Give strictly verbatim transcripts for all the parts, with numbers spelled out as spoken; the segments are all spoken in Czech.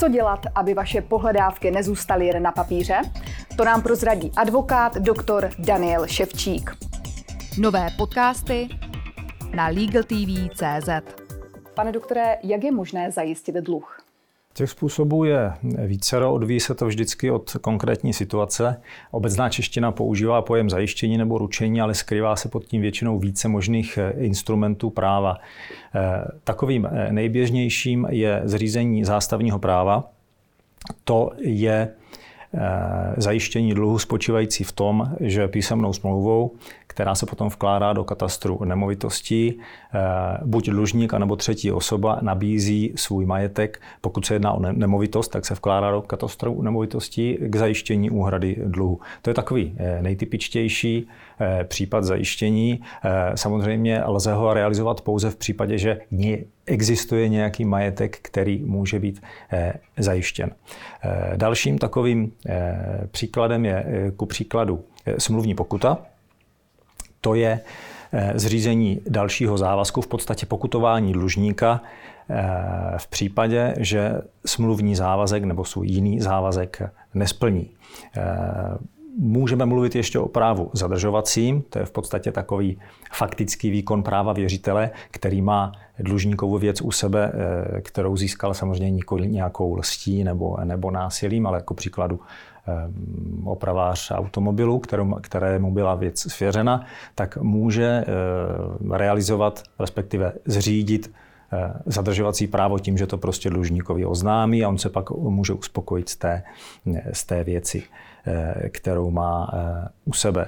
Co dělat, aby vaše pohledávky nezůstaly jen na papíře? To nám prozradí advokát doktor Daniel Ševčík. Nové podcasty na legal t v tečka cé zet. Pane doktore, jak je možné zajistit dluh? Těch způsobů je vícero, odvíjí se to vždycky od konkrétní situace. Obecná čeština používá pojem zajištění nebo ručení, ale skrývá se pod tím většinou více možných instrumentů práva. Takovým nejběžnějším je zřízení zástavního práva. To je zajištění dluhu spočívající v tom, že písemnou smlouvou, která se potom vkládá do katastru nemovitostí, buď dlužník, anebo třetí osoba nabízí svůj majetek. Pokud se jedná o nemovitost, tak se vkládá do katastru nemovitostí k zajištění úhrady dluhu. To je takový nejtypičtější případ zajištění. Samozřejmě lze ho realizovat pouze v případě, že existuje nějaký majetek, který může být zajištěn. Dalším takovým příkladem je ku příkladu smluvní pokuta. To je zřízení dalšího závazku, v podstatě pokutování dlužníka v případě, že smluvní závazek nebo svůj jiný závazek nesplní. Můžeme mluvit ještě o právu zadržovacím, to je v podstatě takový faktický výkon práva věřitele, který má dlužníkovu věc u sebe, kterou získal samozřejmě nikoli nějakou lstí nebo, nebo násilím, ale jako příkladu opravář automobilu, kterému, kterému byla věc svěřena, tak může realizovat, respektive zřídit zadržovací právo tím, že to prostě dlužníkovi oznámí a on se pak může uspokojit z té, z té věci, kterou má u sebe.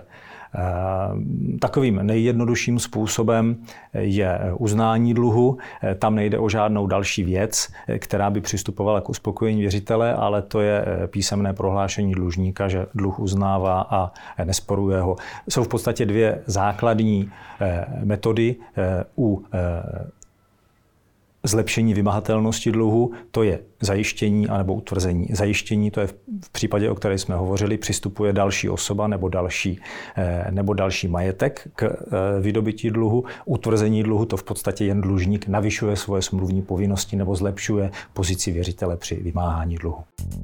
Takovým nejjednodušším způsobem je uznání dluhu. Tam nejde o žádnou další věc, která by přistupovala k uspokojení věřitele, ale to je písemné prohlášení dlužníka, že dluh uznává a nesporuje ho. Jsou v podstatě dvě základní metody u zlepšení vymahatelnosti dluhu, to je zajištění anebo utvrzení. Zajištění, to je v případě, o které jsme hovořili, přistupuje další osoba nebo další, nebo další majetek k vydobytí dluhu. Utvrzení dluhu, to v podstatě jen dlužník navyšuje svoje smluvní povinnosti nebo zlepšuje pozici věřitele při vymáhání dluhu.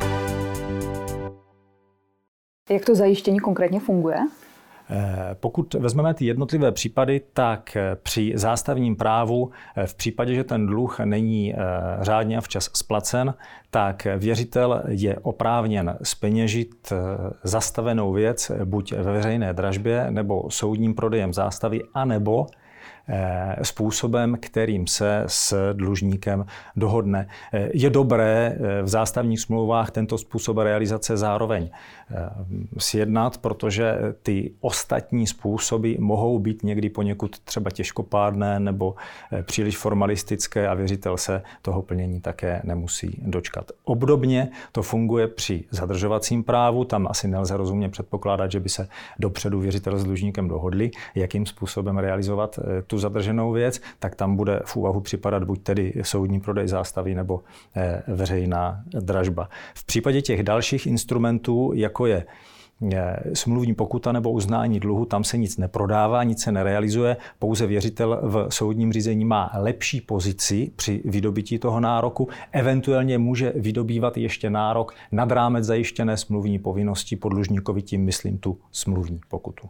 Jak to zajištění konkrétně funguje? Pokud vezmeme ty jednotlivé případy, tak při zástavním právu v případě, že ten dluh není řádně a včas splacen, tak věřitel je oprávněn zpeněžit zastavenou věc buď ve veřejné dražbě nebo soudním prodejem zástavy, anebo způsobem, kterým se s dlužníkem dohodne. Je dobré v zástavních smlouvách tento způsob realizace zároveň sjednat, protože ty ostatní způsoby mohou být někdy poněkud třeba těžkopádné nebo příliš formalistické a věřitel se toho plnění také nemusí dočkat. Obdobně to funguje při zadržovacím právu, tam asi nelze rozumně předpokládat, že by se dopředu věřitel s dlužníkem dohodli, jakým způsobem realizovat tu zadrženou věc, tak tam bude v úvahu připadat buď tedy soudní prodej zástavy nebo veřejná dražba. V případě těch dalších instrumentů, jako je smluvní pokuta nebo uznání dluhu, tam se nic neprodává, nic se nerealizuje, pouze věřitel v soudním řízení má lepší pozici při vydobytí toho nároku, eventuálně může vydobývat ještě nárok nad rámec zajištěné smluvní povinnosti po dlužníkovi, tím myslím tu smluvní pokutu.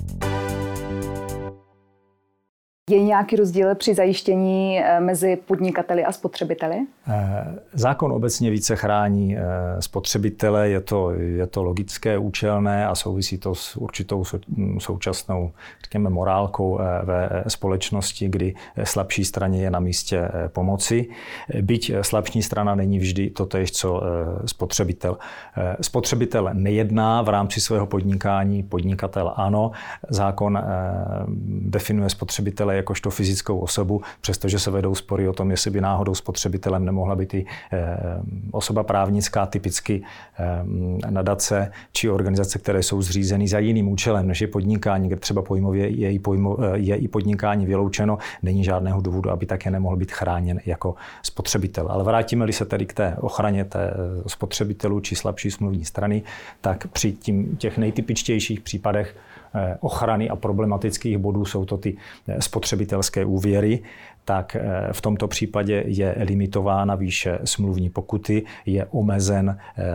Je nějaký rozdíl při zajištění mezi podnikateli a spotřebiteli? Zákon obecně více chrání spotřebitele, je to, je to logické, účelné a souvisí to s určitou současnou, řekněme, morálkou ve společnosti, kdy slabší straně je na místě pomoci. Byť slabší strana není vždy totéž, co spotřebitel. Spotřebitel nejedná v rámci svého podnikání, podnikatel ano. Zákon definuje spotřebitele jakožto fyzickou osobu, přestože se vedou spory o tom, jestli by náhodou spotřebitelem nemohla být i osoba právnická, typicky nadace či organizace, které jsou zřízeny za jiným účelem, než je podnikání, kde třeba pojmově je i, pojmo, je i podnikání vyloučeno, není žádného důvodu, aby také nemohl být chráněn jako spotřebitel. Ale vrátíme-li se tedy k té ochraně té spotřebitelů či slabší smluvní strany, tak při tím, těch nejtypičtějších případech ochrany a problematických bodů jsou to ty spotřebitelé spotřebitelské úvěry, tak v tomto případě je limitována výše smluvní pokuty, je omezen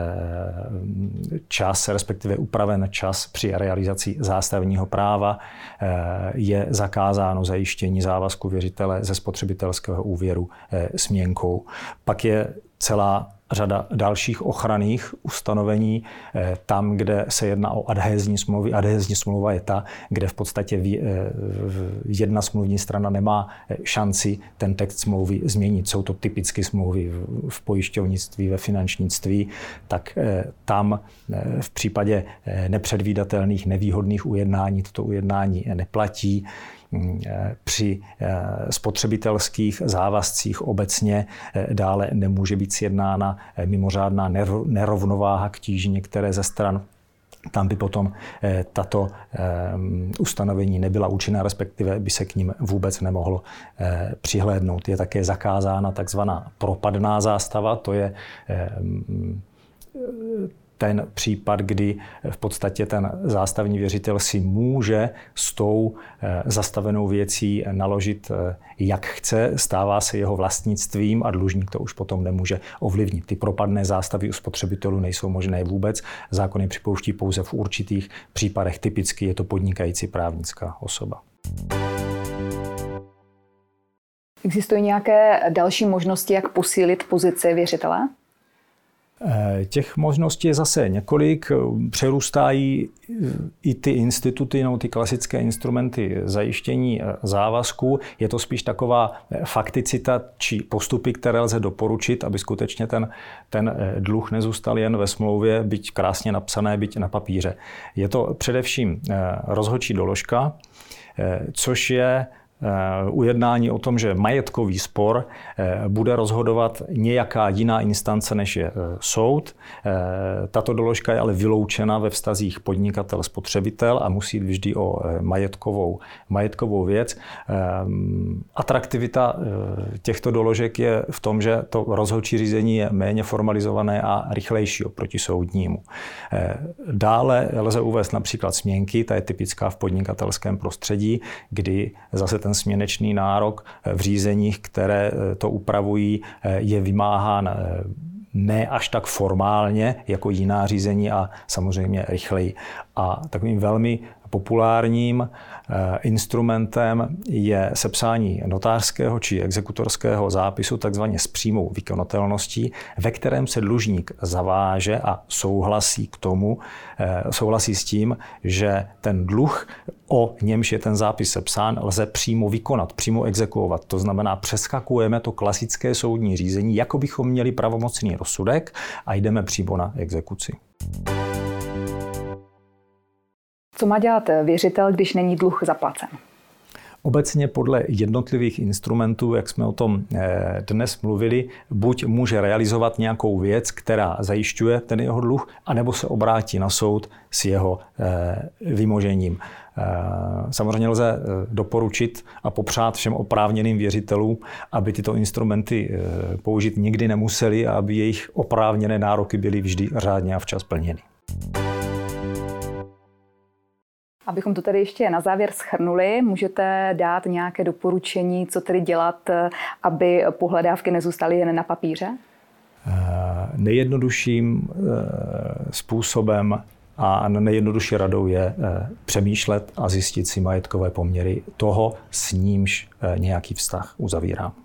čas, respektive upraven čas při realizaci zástavního práva, je zakázáno zajištění závazku věřitele ze spotřebitelského úvěru směnkou. Pak je celá řada dalších ochranných ustanovení tam, kde se jedná o adhézní smlouvy. Adhézní smlouva je ta, kde v podstatě jedna smluvní strana nemá šanci ten text smlouvy změnit. Jsou to typicky smlouvy v pojišťovnictví, ve finančnictví, tak tam v případě nepředvídatelných, nevýhodných ujednání toto ujednání neplatí. Při spotřebitelských závazcích obecně dále nemůže být sjednána mimořádná nerovnováha k tíži některé ze stran. Tam by potom tato ustanovení nebyla účinná, respektive by se k ním vůbec nemohlo přihlédnout. Je také zakázána takzvaná propadná zástava, to je ten případ, kdy v podstatě ten zástavní věřitel si může s tou zastavenou věcí naložit, jak chce, stává se jeho vlastnictvím a dlužník to už potom nemůže ovlivnit. Ty propadné zástavy u spotřebitelů nejsou možné vůbec. Zákony připouští pouze v určitých případech. Typicky je to podnikající právnická osoba. Existují nějaké další možnosti, jak posílit pozici věřitele? Těch možností je zase několik. Přerůstají i ty instituty, no, ty klasické instrumenty zajištění závazků. Je to spíš taková fakticita či postupy, které lze doporučit, aby skutečně ten, ten dluh nezůstal jen ve smlouvě, byť krásně napsané, byť na papíře. Je to především rozhodčí doložka, což je ujednání o tom, že majetkový spor bude rozhodovat nějaká jiná instance, než je soud. Tato doložka je ale vyloučena ve vztazích podnikatel-spotřebitel a musí jít vždy o majetkovou, majetkovou věc. Atraktivita těchto doložek je v tom, že to rozhodčí řízení je méně formalizované a rychlejší oproti soudnímu. Dále lze uvést například směnky, ta je typická v podnikatelském prostředí, kdy zase ten směnečný nárok v řízeních, které to upravují, je vymáhán ne až tak formálně jako jiná řízení a samozřejmě rychleji. A takovým velmi populárním instrumentem je sepsání notářského či exekutorského zápisu, takzvaně s přímou vykonatelností, ve kterém se dlužník zaváže a souhlasí k tomu, souhlasí s tím, že ten dluh, o němž je ten zápis sepsán, lze přímo vykonat, přímo exekuovat. To znamená, přeskakujeme to klasické soudní řízení, jako bychom měli pravomocný rozsudek a jdeme přímo na exekuci. Co má dělat věřitel, když není dluh zaplacen? Obecně podle jednotlivých instrumentů, jak jsme o tom dnes mluvili, buď může realizovat nějakou věc, která zajišťuje ten jeho dluh, anebo se obrátí na soud s jeho vymožením. Samozřejmě lze doporučit a popřát všem oprávněným věřitelům, aby tyto instrumenty použít nikdy nemuseli a aby jejich oprávněné nároky byly vždy řádně a včas plněny. Abychom to tady ještě na závěr shrnuli, můžete dát nějaké doporučení, co tedy dělat, aby pohledávky nezůstaly jen na papíře? Nejjednodušším způsobem a nejjednodušší radou je přemýšlet a zjistit si majetkové poměry toho, s nímž nějaký vztah uzavírám.